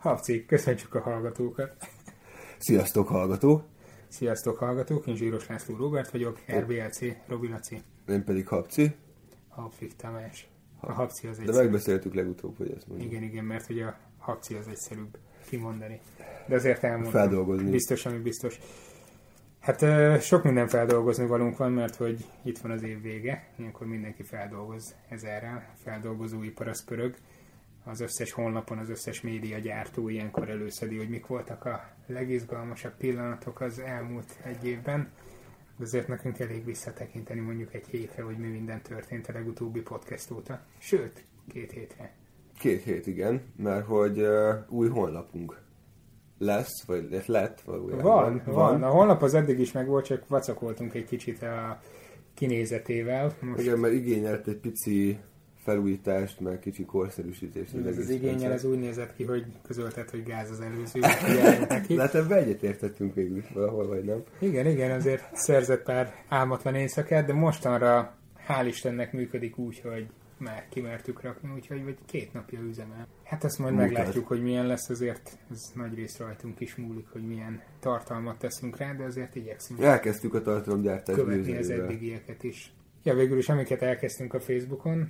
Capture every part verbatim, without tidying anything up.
Habci, köszönjük a hallgatókat. Sziasztok, hallgatók! Sziasztok, hallgatók! Én Zsíros László Róbert vagyok, er bé el cé, Robi Laci. Én pedig Habci. Habfik Tamás. A Habci az De egyszerűbb. megbeszéltük legutóbb, hogy ezt mondjuk. Igen, igen, mert hogy a Habci az egyszerűbb kimondani. De azért elmondom. Feldolgozni. Biztos, ami biztos. Hát ö, sok minden feldolgozni valunk van, mert hogy itt van az év vége, ilyenkor mindenki feldolgoz ezerrel, feldolgozóipar az pörög. Az összes honlapon, az összes média gyártó ilyenkor előszedi, hogy mik voltak a legizgalmasabb pillanatok az elmúlt egy évben. De azért nekünk elég visszatekinteni mondjuk egy hétre, hogy mi minden történt a legutóbbi podcast óta. Sőt, két hétre. Két hét, igen, mert hogy uh, új honlapunk lesz, vagy lett valójában. Van, van, van. A honlap az eddig is meg volt, csak vacakoltunk egy kicsit a kinézetével. Most... Igen, mert igényelt egy pici felújítást, meg kicsi korszerűsítést. Ez az igényel, ez úgy nézett ki, hogy közölted, hogy gáz az előző. De hát ebben egyetértettünk végül is valahol, vagy nem? Igen, igen, azért szerzett pár álmatlan éjszakát, de mostanra hál' Istennek működik úgy, hogy már kimertük rakni, úgyhogy vagy két napja üzemel. Hát azt majd Munkát. Meglátjuk, hogy milyen lesz, azért ez nagy rész rajtunk is múlik, hogy milyen tartalmat teszünk rá, de azért igyekszünk Elkezdtük a tartalomgyártást követni az eddigieket is. Ja, végül is amiket elkezdtünk a Facebookon,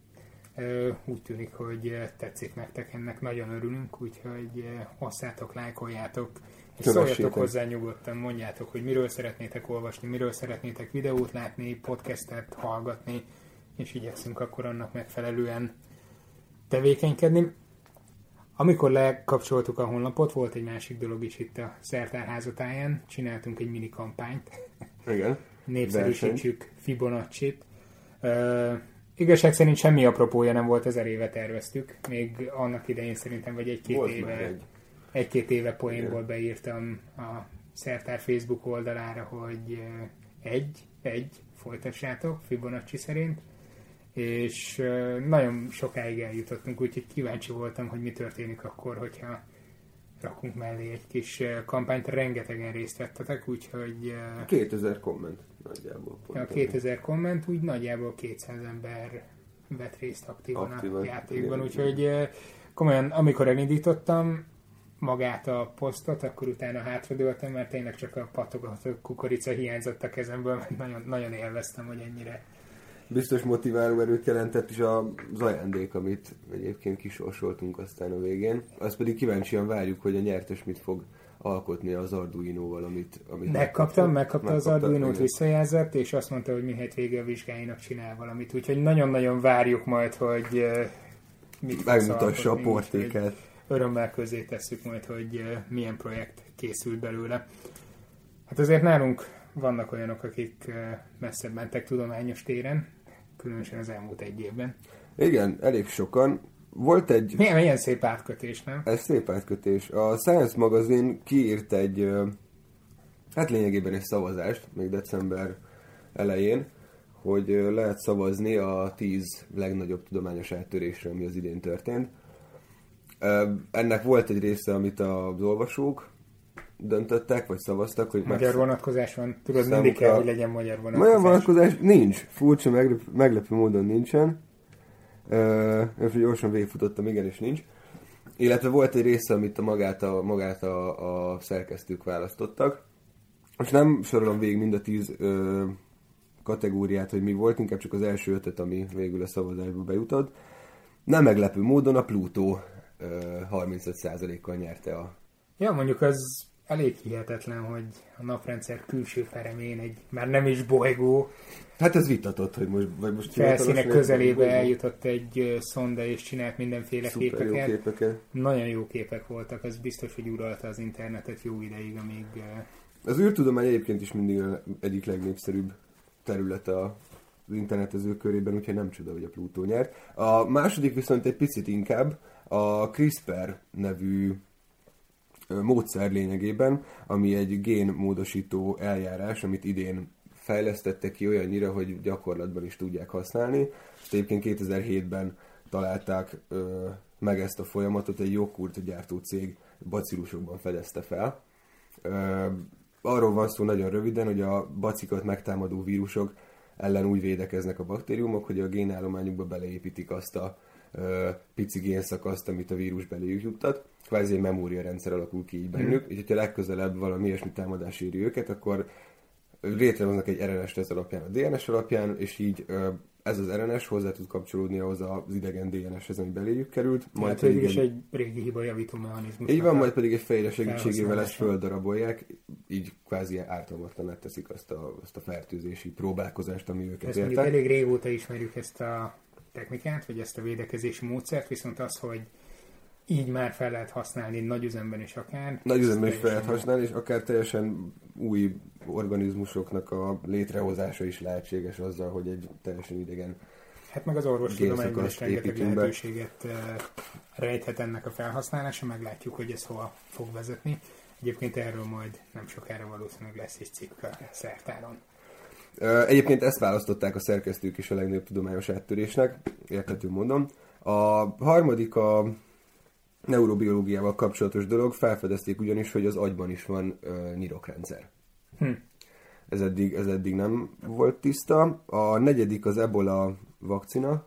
úgy tűnik, hogy tetszik nektek, ennek nagyon örülünk, úgyhogy osszátok, lájkoljátok, és szóljatok hozzá nyugodtan, mondjátok, hogy miről szeretnétek olvasni, miről szeretnétek videót látni, podcastet hallgatni, és igyekszünk akkor annak megfelelően tevékenykedni. Amikor lekapcsoltuk a honlapot, volt egy másik dolog is itt a szertárházatáján, csináltunk egy mini kampányt. Igen. Népszerűsítsük Fibonacci-t. Uh, igazság szerint semmi apropója nem volt, ezer éve terveztük. Még annak idején szerintem, vagy egy-két volt éve, egy. egy-két éve poénból beírtam a Szertár Facebook oldalára, hogy egy, egy, folytassátok Fibonacci szerint. És uh, nagyon sokáig eljutottunk, úgyhogy kíváncsi voltam, hogy mi történik akkor, hogyha rakunk mellé egy kis uh, kampányt. Rengetegen részt vettetek, úgyhogy... Uh, kétezer komment nagyjából. A kétezer komment, úgy nagyjából kétszáz ember vett részt aktívan, aktívan a játékban, úgyhogy uh, komolyan, amikor elindítottam magát a posztot, akkor utána hátradőltem, mert tényleg csak a patogató kukorica hiányzott a kezemből, mert nagyon, nagyon élveztem, hogy ennyire biztos motiváló erőt jelentett is az ajándék, amit egyébként kisorsoltunk aztán a végén. Azt pedig kíváncsian várjuk, hogy a nyertes mit fog alkotni az Arduino-val, amit... amit megkaptam, megkapta az Arduino-t, visszajelzett, és azt mondta, hogy mihelyt vége a vizsgáinak csinál valamit. Úgyhogy nagyon-nagyon várjuk majd, hogy mit megmutassa a portéket. Örömmel közé tesszük majd, hogy milyen projekt készült belőle. Hát azért nálunk vannak olyanok, akik messzebb mentek tudományos téren, különösen az elmúlt egy évben. Igen, elég sokan. Volt egy... Milyen, milyen szép átkötés, nem? Ez szép átkötés. A Science magazin kiírt egy, hát lényegében egy szavazást, még december elején, hogy lehet szavazni a tíz legnagyobb tudományos áttörésre, ami az idén történt. Ennek volt egy része, amit az olvasók döntöttek, vagy szavaztak, hogy... Magyar megsz... vonatkozás van. Tudod, számukra... mindig kell, hogy legyen magyar vonatkozás. Magyar vonatkozás nincs. Furcsa, meglep... meglepő módon nincsen. Uh, gyorsan végigfutottam, igenis nincs. Illetve volt egy része, amit a magát, a, magát a, a szerkesztők választottak. Most nem sorolom végig mind a tíz uh, kategóriát, hogy mi volt, inkább csak az első ötöt, ami végül a szavazásba bejutott. Nem meglepő módon a Pluto uh, harmincöt százalékkal nyerte a... Ja, mondjuk az elég hihetetlen, hogy a naprendszer külső peremén egy már nem is bolygó. Hát ez vitatott, hogy most... Vagy most felszínek közelébe eljutott egy uh, szonda, és csinált mindenféle szuper képeket. Jó képeket. Nagyon jó képek voltak, az biztos, hogy uralta az internetet jó ideig, amíg... Uh... Az űrtudomány egyébként is mindig egyik legnépszerűbb területe az internetezők körében, úgyhogy nem csoda, hogy a Pluto nyert. A második viszont egy picit inkább a CRISPR nevű módszer lényegében, ami egy génmódosító eljárás, amit idén fejlesztettek ki olyannyira, hogy gyakorlatban is tudják használni. És egyébként kétezer-hétben találták ö, meg ezt a folyamatot, egy joghurt gyártó cég bacillusokban fedezte fel. Ö, arról van szó nagyon röviden, hogy a bacikat megtámadó vírusok ellen úgy védekeznek a baktériumok, hogy a génállományukba beleépítik azt a ö, pici génszakaszt, amit a vírus beléjük juttat. Kvázi egy memóriarendszer alakul ki így bennük, mm. és hogyha legközelebb valami ilyesmi támadás éri őket, akkor létrehoznak egy er en es-t ez alapján, a dé en es alapján, és így ö, ez az er en es hozzá tud kapcsolódni ahhoz az idegen dé en es-hez, ami beléjük került. Majd hát pedig is egy régi hiba javító mechanizmus. Így van, majd pedig egy fejre segítségével ezt földarabolják, így kvázi ártalmatlaná teszik azt a, azt a fertőzési próbálkozást, ami őket ezt érte. mondjuk elég régóta ismerjük ezt a technikát, vagy ezt a védekezési módszert, viszont az, hogy így már fel lehet használni nagyüzemben is akár. Nagyüzemben is fel lehet használni, és akár teljesen új organizmusoknak a létrehozása is lehetséges azzal, hogy egy teljesen idegen hát meg az orvostudományban is rengeteg lehetőséget rejthet ennek a felhasználása, meglátjuk, hogy ez hova fog vezetni. Egyébként erről majd nem sokára valószínűleg lesz egy cikk a szertáron. Egyébként ezt választották a szerkesztők is a legnagyobb tudományos áttörésnek, érthető mondom. A harmadik a neurobiológiával kapcsolatos dolog, felfedezték ugyanis, hogy az agyban is van uh, nyirokrendszer. Hm. Ez, eddig, ez eddig nem volt tiszta. A negyedik az ebola vakcina,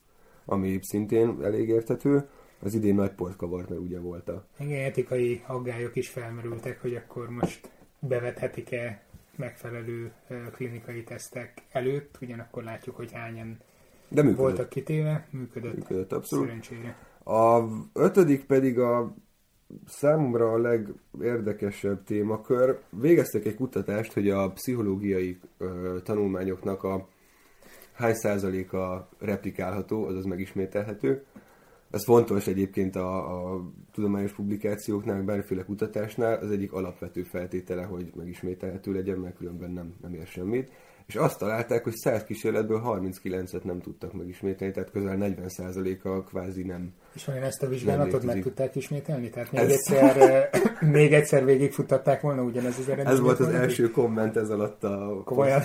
ami szintén elég érthető. Az idén nagy port kavart, mert ugye volt a... Igen, etikai aggályok is felmerültek, hogy akkor most bevethetik-e megfelelő uh, klinikai tesztek előtt, ugyanakkor látjuk, hogy hányan voltak kitéve, működött, működött abszolút. Szerencsére. A ötödik pedig a számomra a legérdekesebb témakör. Végeztek egy kutatást, hogy a pszichológiai ö, tanulmányoknak a hány százaléka replikálható, azaz megismételhető. Ez fontos egyébként a, a tudományos publikációknál, bármiféle kutatásnál, az egyik alapvető feltétele, hogy megismételhető legyen, mert különben nem, nem ér semmit. És azt találták, hogy száz kísérletből harminckilencet nem tudtak megismételni, tehát közel negyven százaléka kvázi nem. És olyan ezt a vizsgálatot meg tudták ismételni? Tehát még, ez... egyszer, még egyszer végigfuttatták volna ugyanez az eredmény? Ez volt az első így? Komment ez alatt a komolyan.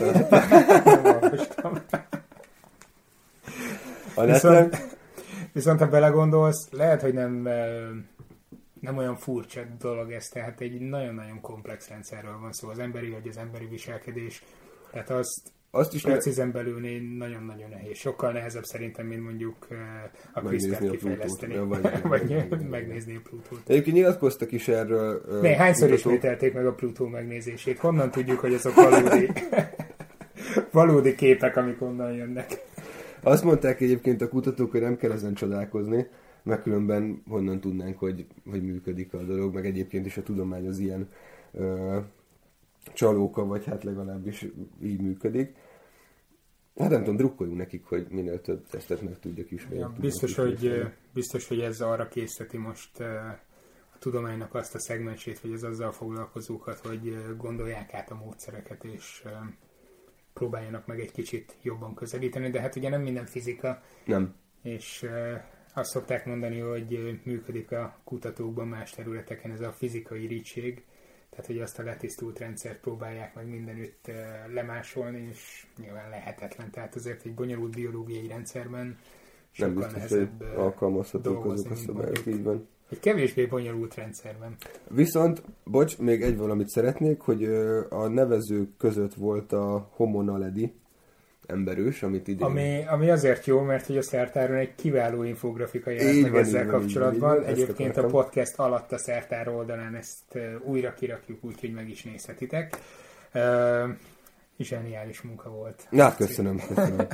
A viszont, viszont ha belegondolsz, lehet, hogy nem, nem olyan furcsa dolog ez, tehát egy nagyon-nagyon komplex rendszerről van szó, az emberi vagy az emberi viselkedés. Tehát azt, azt is precízen belülni nagyon-nagyon nehéz. Sokkal nehezebb szerintem, mint mondjuk a CRISPR-t kifejleszteni. Ja, vagy, vagy megnézni a Plutót. Egyébként nyilatkoztak is erről. Ne, hányszor mutatók? Ismételték meg a Plutó megnézését? Honnan tudjuk, hogy azok valódi, valódi képek, amik onnan jönnek? Azt mondták egyébként a kutatók, hogy nem kell ezen csodálkozni, mert különben honnan tudnánk, hogy, hogy működik a dolog, meg egyébként is a tudomány az ilyen uh, csalóka, vagy hát legalábbis így működik. Hát nem tudom, drukkoljunk nekik, hogy minél több tesztet meg tudjak ismerni. Ja, biztos, hogy, biztos, hogy ez arra készíteti most a tudománynak azt a szegmensét, vagy az azzal foglalkozókat, hogy gondolják át a módszereket, és próbáljanak meg egy kicsit jobban közelíteni, de hát ugye nem minden fizika. Nem. És azt szokták mondani, hogy működik a kutatókban más területeken ez a fizikai rítség, tehát hogy azt a letisztult rendszert próbálják meg mindenütt lemásolni, és nyilván lehetetlen. Tehát azért egy bonyolult biológiai rendszerben sokkal nem nehezebb alkalmazhatók azok a szabályok, így van. Egy kevésbé bonyolult rendszerben. Viszont, bocs, még egy valamit szeretnék, hogy a nevezők között volt a Homo naledi, emberős, amit idén... Ami, ami azért jó, mert hogy a szertáron egy kiváló infografika jelent meg ezzel van, kapcsolatban. Így van, egyébként a podcast alatt a szertár oldalán ezt újra kirakjuk, úgyhogy meg is nézhetitek. Uh, zseniális munka volt. Na, köszönöm, köszönöm.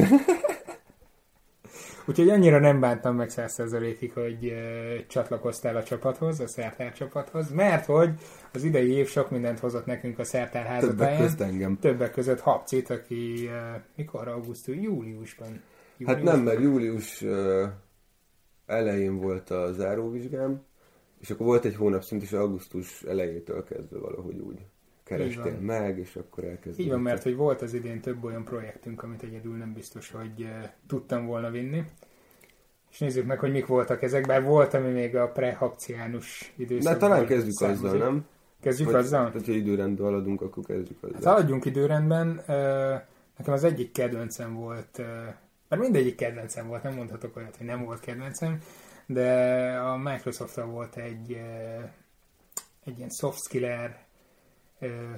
Úgyhogy annyira nem bántam meg száz százalékig, hogy uh, csatlakoztál a csapathoz, a szertár csapathoz, mert hogy az idei év sok mindent hozott nekünk a szertár házatáján. Többek között engem. Többek között Habcit, aki uh, mikor augusztus, júliusban. júliusban. Hát nem, mert július uh, elején volt a záróvizsgám, és akkor volt egy hónap szint, és augusztus elejétől kezdve valahogy úgy kerestél meg, és akkor elkezdődött. Így van, mert hogy volt az idén több olyan projektünk, amit egyedül nem biztos, hogy uh, tudtam volna vinni. És nézzük meg, hogy mik voltak ezek, bár volt, ami még a prehabciánus időszakban. De talán kezdjük származik. azzal, nem? Kezdjük vagy, azzal? Tehát, ha időrendben haladunk, akkor kezdjük azzal. Hát haladjunk időrendben. Uh, nekem az egyik kedvencem volt, uh, mert mindegyik kedvencem volt, nem mondhatok olyat, hogy nem volt kedvencem, de a Microsoft-tal volt egy, uh, egy ilyen soft skiller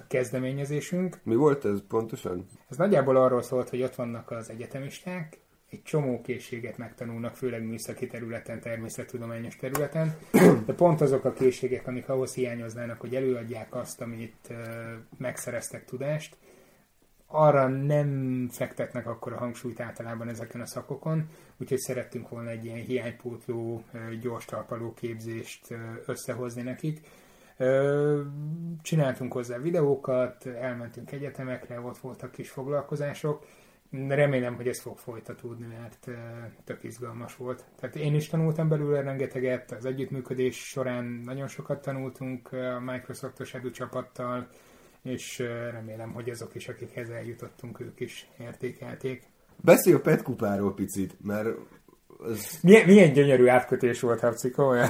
kezdeményezésünk. Mi volt ez pontosan? Ez nagyjából arról szólt, hogy ott vannak az egyetemisták, egy csomó készséget megtanulnak, főleg műszaki területen, természettudományos területen, de pont azok a készségek, amik ahhoz hiányoznának, hogy előadják azt, amit megszereztek tudást, arra nem fektetnek akkor a hangsúlyt általában ezeken a szakokon, úgyhogy szerettünk volna egy ilyen hiánypótló, gyors talpaló képzést összehozni nekik. Csináltunk hozzá videókat, elmentünk egyetemekre, ott voltak kis foglalkozások. Remélem, hogy ez fog folytatódni, mert tök izgalmas volt. Tehát én is tanultam belőle rengeteget, az együttműködés során nagyon sokat tanultunk a Microsoftos Edu csapattal, és remélem, hogy azok is, akikhez eljutottunk, ők is értékelték. Beszélj a pet kupáról picit, mert... Ez... Milyen, milyen gyönyörű átkötés volt, Habci, komolyan.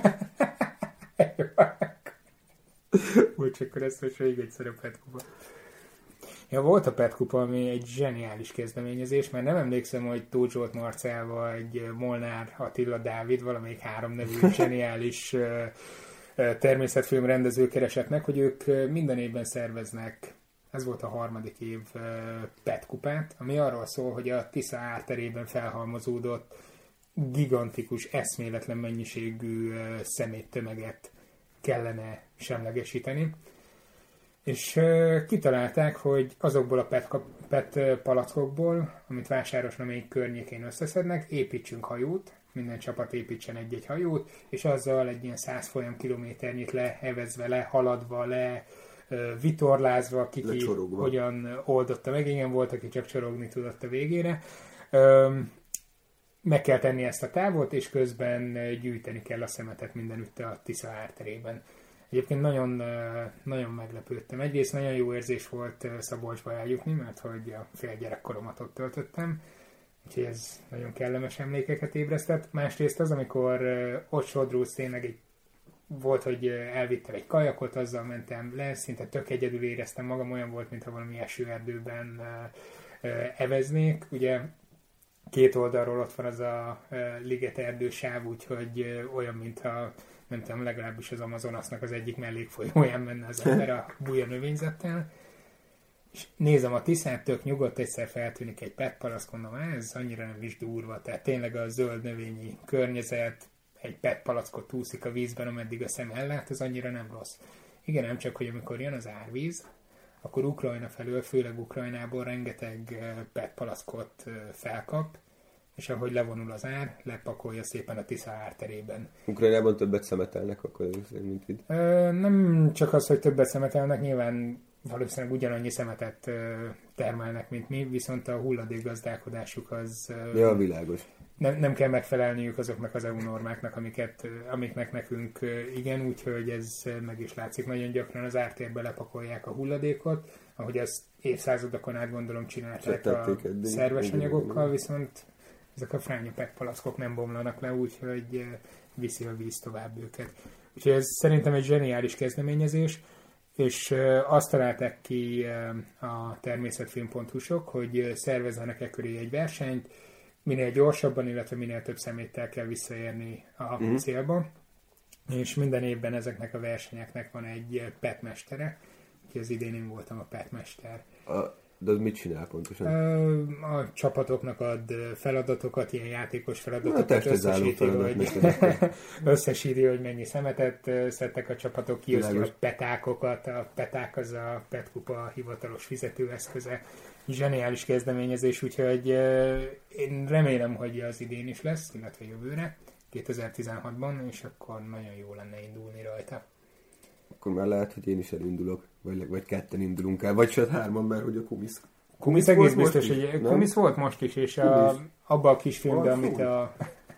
Úgy csak akkor ezt most még egyszer a pet kupa. Ja, volt a pet kupa, ami egy zseniális kezdeményezés, mert nem emlékszem, hogy Tóth Zsolt Marcell vagy Molnár Attila Dávid, valamelyik három nevű zseniális természetfilm rendező keresett meg, hogy ők minden évben szerveznek, ez volt a harmadik év, pet kupát, ami arról szól, hogy a Tisza árterében felhalmozódott gigantikus, eszméletlen mennyiségű szeméttömeget kellene semlegesíteni. És kitalálták, hogy azokból a pet, pet palackokból, amit Vásárosnamény környékén összeszednek, építsünk hajót, minden csapat építsen egy-egy hajót, és azzal egy ilyen száz folyam kilométernyit lehevezve, lehaladva, le vitorlázva, kiki hogyan oldotta meg. Igen, volt, aki csak csorogni tudott a végére. Meg kell tenni ezt a távot, és közben gyűjteni kell a szemetet mindenütt a Tisza árterében. Egyébként nagyon, nagyon meglepődtem. Egyrészt nagyon jó érzés volt Szabolcsba eljutni, mert hogy a fél gyerekkoromat ott töltöttem, úgyhogy ez nagyon kellemes emlékeket ébresztett. Másrészt az, amikor ott sodrúsz, tényleg egy, volt, hogy elvittem egy kajakot, azzal mentem le, szinte tök egyedül éreztem magam, olyan volt, mintha valami esőerdőben eveznék. Ugye két oldalról ott van az a ligeterdő sáv, úgyhogy olyan, mintha nem tudom, legalábbis az Amazonasnak az egyik mellékfolyóján menne az ember a buja növényzettel. És nézem a Tiszát, tök nyugodt, egyszer feltűnik egy pet palack, mondom, ez annyira nem is durva. Tehát tényleg a zöld növényi környezet, egy pet palackot úszik a vízben, ameddig a szem ellát, az annyira nem rossz. Igen, nem csak, hogy amikor jön az árvíz, akkor Ukrajna felől, főleg Ukrajnából rengeteg pet palackot felkap, és ahogy levonul az ár, lepakolja szépen a Tisza árterében. Ukrajnában többet szemetelnek akkor, mint itt? Ö, nem csak az, hogy többet szemetelnek, nyilván valószínűleg ugyanannyi szemetet ö, termelnek, mint mi, viszont a hulladékgazdálkodásuk az... Ö, ja, világos. Nem, nem kell megfelelniük azoknak az é u normáknak, amiket, amiknek nekünk ö, igen, úgyhogy ez meg is látszik. Nagyon gyakran az ártérbe lepakolják a hulladékot, ahogy ezt évszázadokon át gondolom csinálták a szerves anyagokkal, viszont ezek a fránya pet palackok nem bomlanak le, úgyhogy viszi a víz tovább őket. Úgyhogy ez szerintem egy zseniális kezdeményezés, és azt találták ki a természetfilm pont hu-sok, hogy szervezzenek e köré egy versenyt, minél gyorsabban, illetve minél több szeméttel kell visszaérni a mm. célba, és minden évben ezeknek a versenyeknek van egy petmestere, úgyhogy az idén én voltam a petmester. A... De az mit csinál pontosan? A csapatoknak ad feladatokat, ilyen játékos feladatokat, összesíti, hogy, összesíti, hogy mennyi szemetet szedtek a csapatok, kiözti a petákokat, a peták az a pet kupa hivatalos fizetőeszköze. Zseniális kezdeményezés, úgyhogy én remélem, hogy az idén is lesz, illetve jövőre, kétezer-tizenhatban, és akkor nagyon jó lenne indulni rajta. Akkor már lehet, hogy én is elindulok, vagy, vagy ketten indulunk el, vagy se hárman, mert hogy a Kumisz. Kumisz egész biztos, hogy is, Kumisz volt most is, és a, abban a kisfilmben, amit a...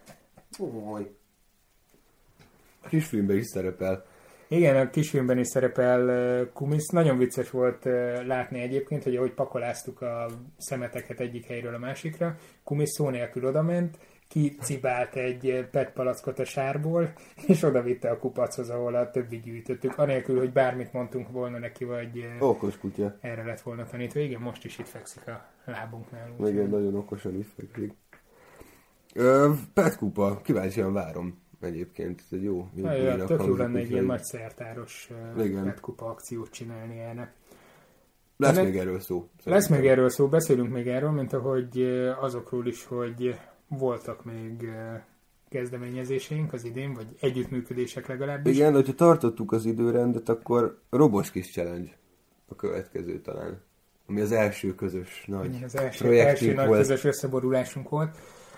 A kisfilmben is szerepel. Igen, a kisfilmben is szerepel Kumisz. Nagyon vicces volt látni egyébként, hogy ahogy pakoláztuk a szemeteket egyik helyről a másikra, Kumisz szó nélkül odament, kicibált egy pet palackot a sárból, és oda vitte a kupachoz, ahol a többi gyűjtöttük, anélkül, hogy bármit mondtunk volna neki, vagy okos kutya. Erre lett volna tanítva. Igen, most is itt fekszik a lábunknál. Igen, nagyon okosan itt fekszik. Ö, pet kupa, kíváncsian várom egyébként. Ez egy jó. Na, jó, tök jó lenne egy ilyen nagy szertáros pet kupa akciót csinálni erre. Lesz De még erről szó. Szerintem. Lesz még erről szó, beszélünk még erről, mint ahogy azokról is, hogy voltak még kezdeményezéseink az idén, vagy együttműködések legalábbis. Igen, hogyha tartottuk az időrendet, akkor Roboskis Challenge a következő talán. Ami az első közös nagy Igen, az első, projektünk első nagy volt. közös összeborulásunk volt.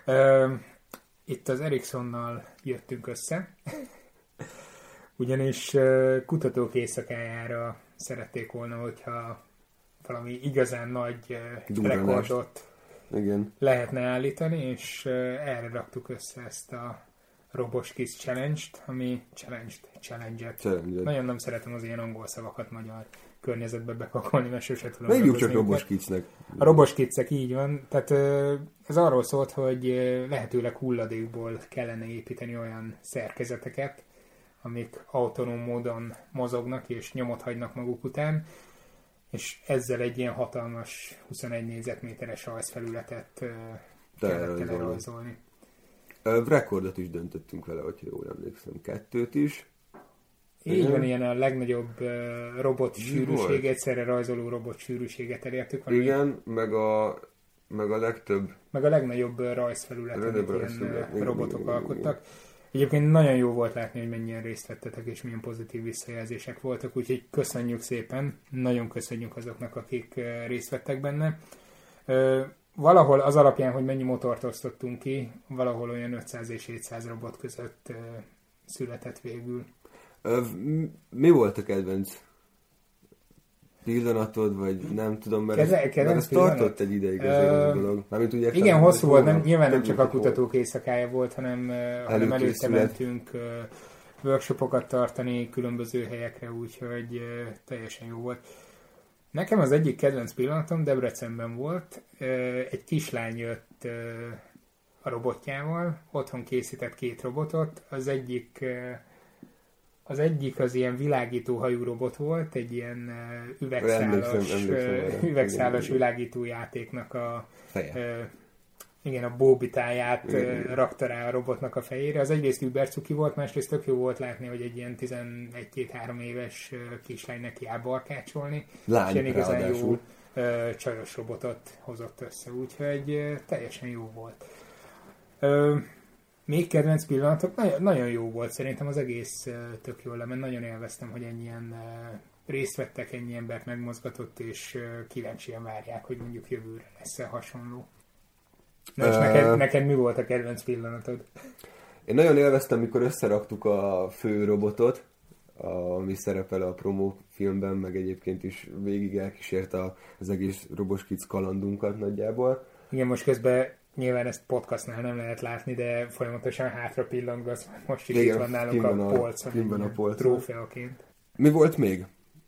Itt az Ericssonnal jöttünk össze, ugyanis kutatók éjszakájára szerették volna, hogyha valami igazán nagy Durranást. rekordot Igen. lehetne állítani, és erre raktuk össze ezt a Roboskis Challenge-t, ami challenge-t, challenge-et. Challenge-et. Nagyon nem szeretem az ilyen angol szavakat magyar környezetbe bepakolni, mert sose tudom. Mondjuk csak meghozni őket. Roboskicsnek. A Roboskicek, így van. Tehát ez arról szólt, hogy lehetőleg hulladékból kellene építeni olyan szerkezeteket, amik autonóm módon mozognak és nyomot hagynak maguk után, és ezzel egy ilyen hatalmas huszonegy négyzetméteres rajzfelületet kellett elrajzolni. Rekordot is döntöttünk vele, hogyha jól emlékszem. Kettőt is. Így van, ilyen a legnagyobb uh, robot sűrűség, volt? egyszerre rajzoló robot sűrűséget elértük. Igen, meg a, meg a legtöbb... Meg a legnagyobb uh, rajzfelület, amit ilyen rajzfelület, uh, igen, robotok igen, igen, alkottak. Egyébként nagyon jó volt látni, hogy mennyien részt vettetek, és milyen pozitív visszajelzések voltak, úgyhogy köszönjük szépen, nagyon köszönjük azoknak, akik uh, részt vettek benne. Uh, valahol az alapján, hogy mennyi motort osztottunk ki, valahol olyan ötszáz és hétszáz robot között uh, született végül. Mi volt a kedvenc pillanatod, vagy nem tudom, mert, Keze, ez, mert ez tartott egy ideig az uh, dolog. Mármint, ugye, igen, hosszú volt, nem, nyilván nem több csak a volt. kutatók éjszakája volt, hanem, hanem előtte mentünk uh, workshopokat tartani különböző helyekre, úgyhogy uh, teljesen jó volt. Nekem az egyik kedvenc pillanatom Debrecenben volt, uh, egy kislány jött uh, a robotjával, otthon készített két robotot, az egyik uh, Az egyik az ilyen világító hajú robot volt, egy ilyen uh, üvegszálas, emlékszem, emlékszem, uh, üvegszálas igen, világító játéknak a, feje. uh, igen, a bóbitáját Igen. uh, rakta rá a robotnak a fejére. Az egyrészt übercuki volt, másrészt tök jó volt látni, hogy egy ilyen tizenegy-két-három éves uh, kislány neki ábarkácsolni. Lány, és ilyen igazán jó ráadásul. uh, csajos robotot hozott össze, úgyhogy uh, teljesen jó volt. Uh, Még kedvenc pillanatok, nagyon, nagyon jó volt, szerintem az egész uh, tök jól lement, nagyon élveztem, hogy ennyien uh, részt vettek, ennyi embert megmozgatott, és uh, kíváncsian várják, hogy mondjuk jövőre lesz-e hasonló. Na és uh... neked, neked mi volt a kedvenc pillanatod? Én nagyon élveztem, mikor összeraktuk a fő robotot, ami szerepel a promo filmben, meg egyébként is végig elkísért az egész Roboskic kalandunkat nagyjából. Igen, most közben nyilván ezt podcastnál nem lehet látni, de folyamatosan hátra pillantgatsz, most is igen, itt van nálunk a, a polcon, a polcon. trófeaként. Mi volt még?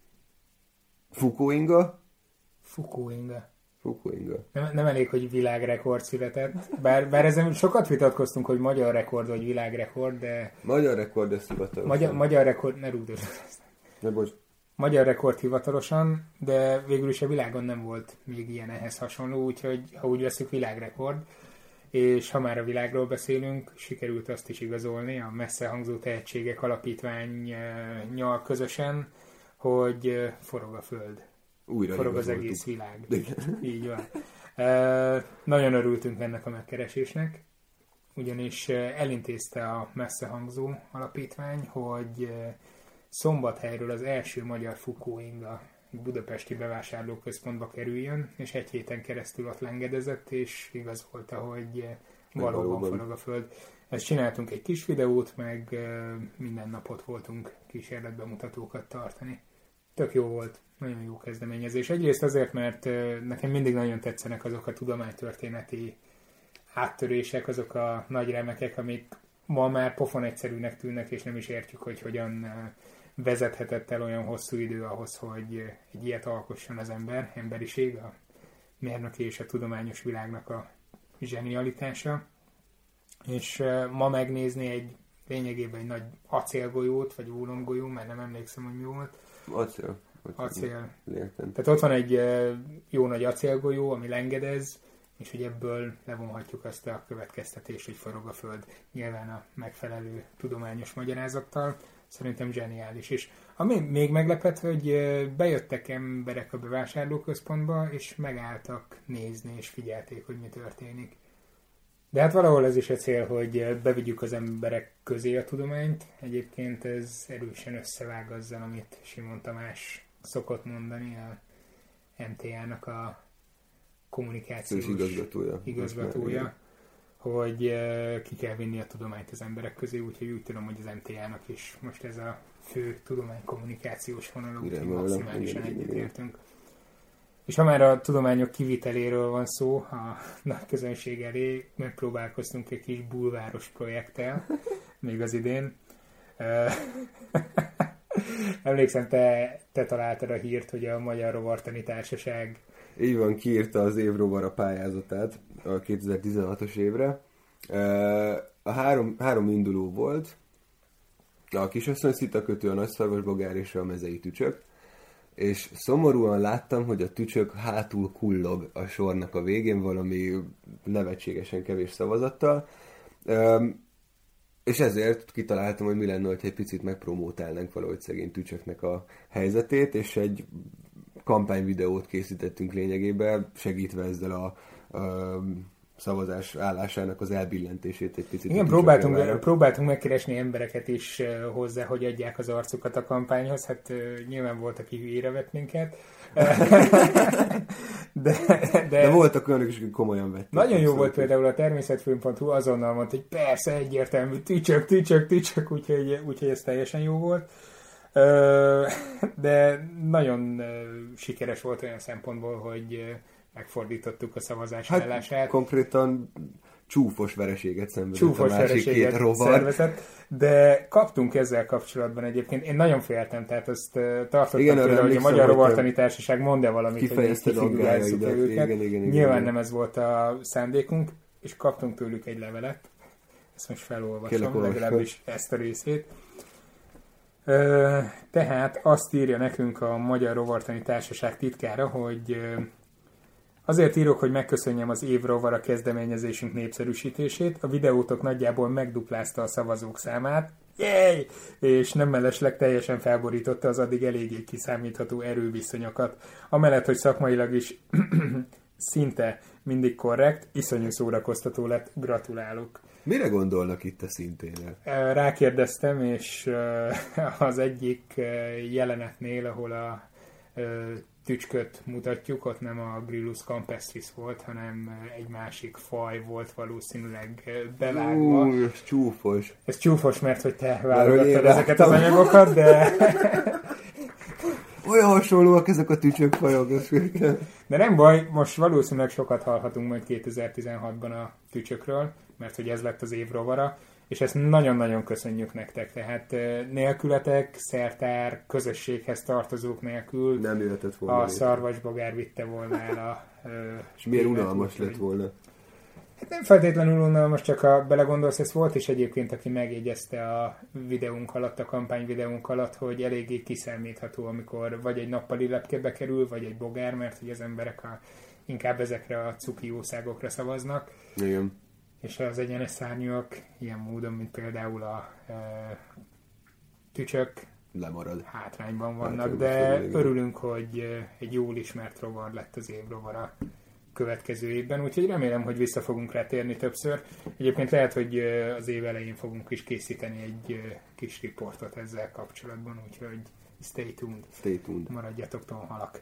Fukuinga? Fukuinga. Fukuinga. Nem, nem elég, hogy világrekord született, bár, bár ezen sokat vitatkoztunk, hogy magyar rekord vagy világrekord, de... Magyar rekord, ez hivatalos. Magyar, magyar rekord, ne rúgd ezt. Ne, bocs. Magyar rekord hivatalosan, de végül is a világon nem volt még ilyen ehhez hasonló, úgyhogy ha úgy veszük, világrekord, és ha már a világról beszélünk, sikerült azt is igazolni a Messze Hangzó Tehetségek Alapítvánnyal közösen, hogy forog a Föld. Újra forog az igazoltuk. egész világ. Igen. Így van. E, nagyon örültünk ennek a megkeresésnek, ugyanis elintézte a Messze Hangzó Alapítvány, hogy Szombathelyről az első magyar Fukuinga budapesti bevásárlóközpontba kerüljön, és egy héten keresztül ott lengedezett, és igazolta, hogy valóban, valóban forog a Föld. Ezt csináltunk egy kis videót, meg minden napot voltunk kísérletbemutatókat tartani. Tök jó volt, nagyon jó kezdeményezés. Egyrészt azért, mert nekem mindig nagyon tetszenek azok a tudománytörténeti áttörések, azok a nagy remekek, amik ma már pofon egyszerűnek tűnnek, és nem is értjük, hogy hogyan vezethetett el olyan hosszú idő ahhoz, hogy egy ilyet alkosson az ember, emberiség, a mérnöki és a tudományos világnak a zsenialitása. És ma megnézni egy lényegében egy nagy acélgolyót, vagy ólomgolyó, mert nem emlékszem, hogy mi volt. Acél. Acél. Lértem. Tehát ott van egy jó nagy acélgolyó, ami lengedez, és hogy ebből levonhatjuk azt a következtetést, hogy forog a Föld. Nyilván a megfelelő tudományos magyarázattal. szerintem zseniális. És ami még meglepett, hogy bejöttek emberek a bevásárlóközpontba, és megálltak nézni, és figyelték, hogy mi történik. De hát valahol ez is a cél, hogy bevigyük az emberek közé a tudományt. Egyébként ez erősen összevág azzal, amit Simon Tamás szokott mondani, a em té á-nak a kommunikációs igazgatója, igazgatója hogy ki kell vinni a tudományt az emberek közé, úgyhogy úgy tudom, hogy az em té á-nak is most ez a fő tudománykommunikációs vonal, úgyhogy maximálisan egyetértünk. És ha már a tudományok kiviteléről van szó a nagy közönség elé, megpróbálkoztunk egy kis bulváros projekttel, még az idén. Emlékszem, te, te találtad a hírt, hogy a Magyar Rovartani Társaság így van, kiírta az év rovara pályázatát a kétezer-tizenhatos évre. A három, három induló volt, a kisasszony szitakötő, a nagyszarvasbogár és a mezei tücsök, és szomorúan láttam, hogy a tücsök hátul kullog a sornak a végén valami nevetségesen kevés szavazattal, és ezért kitaláltam, hogy mi lenne, hogyha egy picit megpromótálnánk valahogy szegény tücsöknek a helyzetét, és egy kampányvideót készítettünk lényegében, segítve ezzel a, a szavazás állásának az elbillentését egy picit. Igen, próbáltunk, próbáltunk megkeresni embereket is hozzá, hogy adják az arcukat a kampányhoz, hát nyilván volt, aki hülyére vett minket. de, de, de voltak olyanok is, akik komolyan vettek. Nagyon jó volt például a természetfilm pont hu, azonnal mondta, hogy persze egyértelmű, tücsök, tücsök, tücsök, úgyhogy, úgyhogy ez teljesen jó volt. De nagyon sikeres volt olyan szempontból, hogy megfordítottuk a szavazás hát állását. Konkrétan csúfos vereséget szenvedett csúfos a másik két rovar. Szervezett, de kaptunk ezzel kapcsolatban egyébként. Én nagyon féltem, tehát azt tartottam igen, tőle, hogy a Magyar Rovartani Társaság mond-e valamit, hogy kifigurázzuk őket. Igen, igen, Nyilván igen. Nem ez volt a szándékunk, és kaptunk tőlük egy levelet. Ezt most felolvasom, legalábbis ezt a részét. Tehát azt írja nekünk a Magyar Rovartani Társaság titkára, hogy azért írok, hogy megköszönjem az év rovara kezdeményezésünk népszerűsítését. A videótok nagyjából megduplázta a szavazók számát, Yay! És nem mellesleg teljesen felborította az addig eléggé kiszámítható erőviszonyokat. Amellett, hogy szakmailag is szinte mindig korrekt, iszonyú szórakoztató lett, gratulálok. Mire gondolnak itt a szintén? Rákérdeztem, és az egyik jelenetnél, ahol a tücsköt mutatjuk, ott nem a Grillus campestris volt, hanem egy másik faj volt valószínűleg bevágva. Ú, ez csúfos. Ez csúfos, mert hogy te válogattad ezeket az anyagokat, de... Olyan hasonlóak ezek a tücsökfajok. De nem baj, most valószínűleg sokat hallhatunk majd kétezer-tizenhatban a tücsökről, mert hogy ez lett az év rovara, és ezt nagyon-nagyon köszönjük nektek. Tehát nélkületek, szertár, közösséghez tartozók nélkül nem jöhetett volna. A szarvasbogár vitte volna el a... és milyen unalmas lett volna. Hát nem feltétlenül unalmas, csak ha belegondolsz, ez volt is egyébként, aki megjegyezte a videónk alatt, a kampány videónk alatt, hogy eléggé kiszámítható, amikor vagy egy nappali lepkebe kerül, vagy egy bogár, mert hogy az emberek a, inkább ezekre a cuki jószágokra szavaznak. Igen. És az egyenes szárnyúak ilyen módon, mint például a e, tücsök, lemarad. Hátrányban vannak, hát, de örülünk, hogy egy jól ismert rovar lett az év rovara következő évben, úgyhogy remélem, hogy vissza fogunk rá térni többször. Egyébként lehet, hogy az év elején fogunk is készíteni egy kis riportot ezzel kapcsolatban, úgyhogy stay tuned. Stay tuned. Maradjatok tonhalak.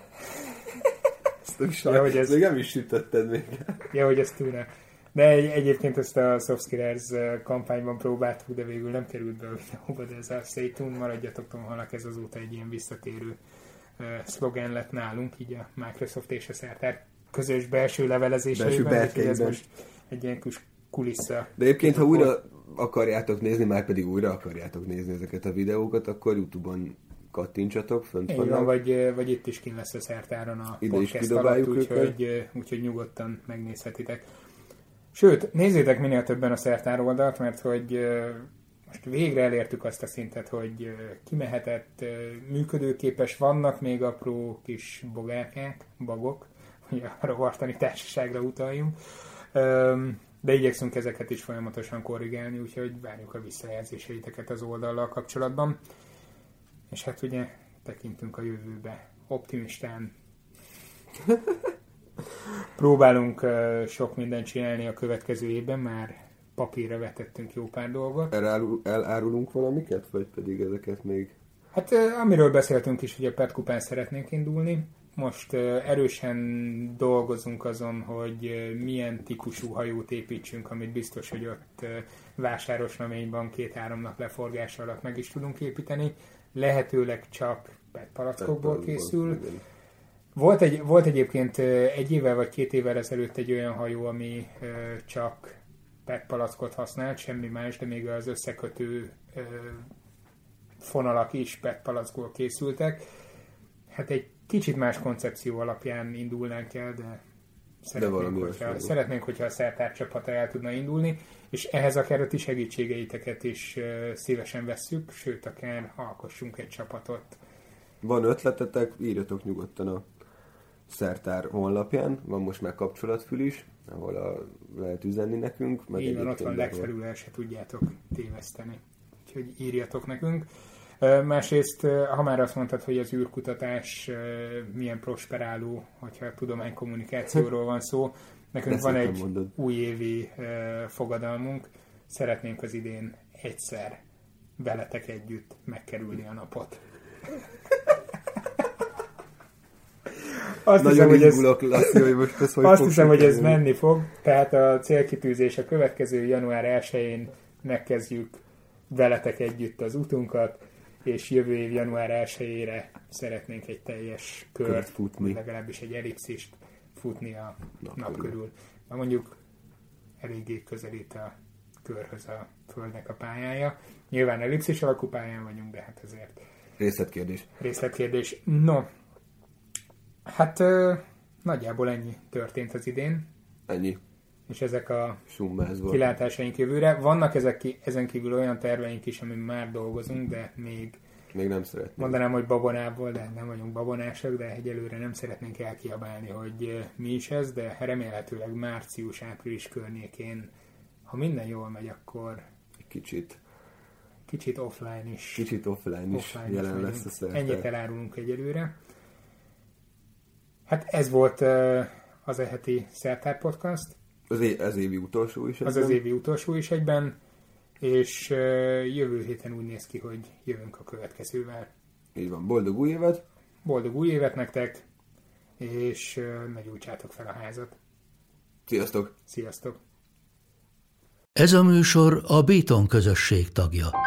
Ezt ja, hogy ez... még nem is sütötted még. Ja, hogy ez tűne. De egy, egyébként ezt a Soft Skillers kampányban próbáltuk, de végül nem került be a videóba, de ez a stay tuned, maradjatok tonhalak, ez azóta egy ilyen visszatérő uh, szlogen lett nálunk, így a Microsoft és a szertár közös belső levelezéseiben, belső ez most egy ilyen kis kulissza. De egyébként, ha újra akarjátok nézni, már pedig újra akarjátok nézni ezeket a videókat, akkor YouTube-on kattintsatok, fönt vannak. Van, vagy, vagy itt is kint lesz a szertáron a ide podcast alatt, úgyhogy, úgyhogy nyugodtan megnézhetitek. Sőt, nézzétek minél többen a szertár oldalt, mert hogy most végre elértük azt a szintet, hogy kimehetett, működőképes, vannak még apró kis bogárkák, bagok, hogy a rovartani társaságra utaljunk. de igyekszünk ezeket is folyamatosan korrigálni, úgyhogy várjuk a visszajelzéseiteket az oldallal kapcsolatban. És hát ugye tekintünk a jövőbe optimistán. Próbálunk uh, sok mindent csinálni a következő évben, már papírra vetettünk jó pár dolgot. Elárul, elárulunk valamiket, vagy pedig ezeket még... Hát uh, amiről beszéltünk is, hogy a Pet Kupán szeretnénk indulni. Most uh, erősen dolgozunk azon, hogy uh, milyen típusú hajót építsünk, amit biztos, hogy ott uh, Vásárosnaményban két-három nap leforgása alatt meg is tudunk építeni. Lehetőleg csak pet palackokból készül. Volt, egy, volt egyébként egy évvel vagy két évvel ezelőtt egy olyan hajó, ami csak pet palackot használt, semmi más, de még az összekötő fonalak is pet palackból készültek. Hát egy kicsit más koncepció alapján indulnánk el, de szeretnénk, de hogyha, szeretnénk hogyha a Szertár csapata el tudna indulni, és ehhez akár a ti segítségeiteket is szívesen vesszük, sőt, akár alkossunk egy csapatot. Van ötletetek, írjatok nyugodtan a Szertár honlapján, van most már kapcsolatfül is, ahol a, lehet üzenni nekünk. Meg így van, ott van legfelül, el se tudjátok téveszteni. Úgyhogy írjatok nekünk. Másrészt, ha már azt mondtad, hogy az űrkutatás milyen prosperáló, hogyha a tudománykommunikációról van szó, nekünk Ezt van egy mondod. újévi fogadalmunk, szeretnénk az idén egyszer veletek együtt megkerülni a napot. Azt Nagyon hiszem, izgulok, hogy ez, Laci, hogy most ez hogy azt hiszem, hogy ez menni fog, tehát a célkitűzés a következő január elsején megkezdjük veletek együtt az utunkat, és jövő év január elsejére szeretnénk egy teljes kört, kört futni, legalábbis egy ellipszist futni a nap, nap körül. körül. Na mondjuk eléggé közelít a körhöz a Földnek a pályája. Nyilván ellipszis alakú pályán vagyunk, de hát azért... Részletkérdés. Részletkérdés. No, hát ö, nagyjából ennyi történt az idén. Ennyi. És ezek a Summázva. Kilátásaink jövőre. Vannak ezek ki, ezen kívül olyan terveink is, amin már dolgozunk, de még... Még nem szeretnénk. Mondanám, hogy babonából, de nem vagyunk babonások, de egyelőre nem szeretnénk elkiabálni, hogy mi is ez, de remélhetőleg március-április környékén, ha minden jól megy, akkor... Kicsit. Kicsit offline is. Kicsit offline, offline is jelen is lesz a Szertár. Ennyit elárulunk egyelőre. Hát ez volt uh, az e heti Szertár Podcast. Az, é- az évi utolsó is egyben. Az az évi utolsó is egyben. És uh, jövő héten úgy néz ki, hogy jövünk a következővel. Így van. Boldog új évet! Boldog új évet nektek, és uh, ne gyújtsátok fel a házat. Sziasztok! Sziasztok! Ez a műsor a Béton közösség tagja.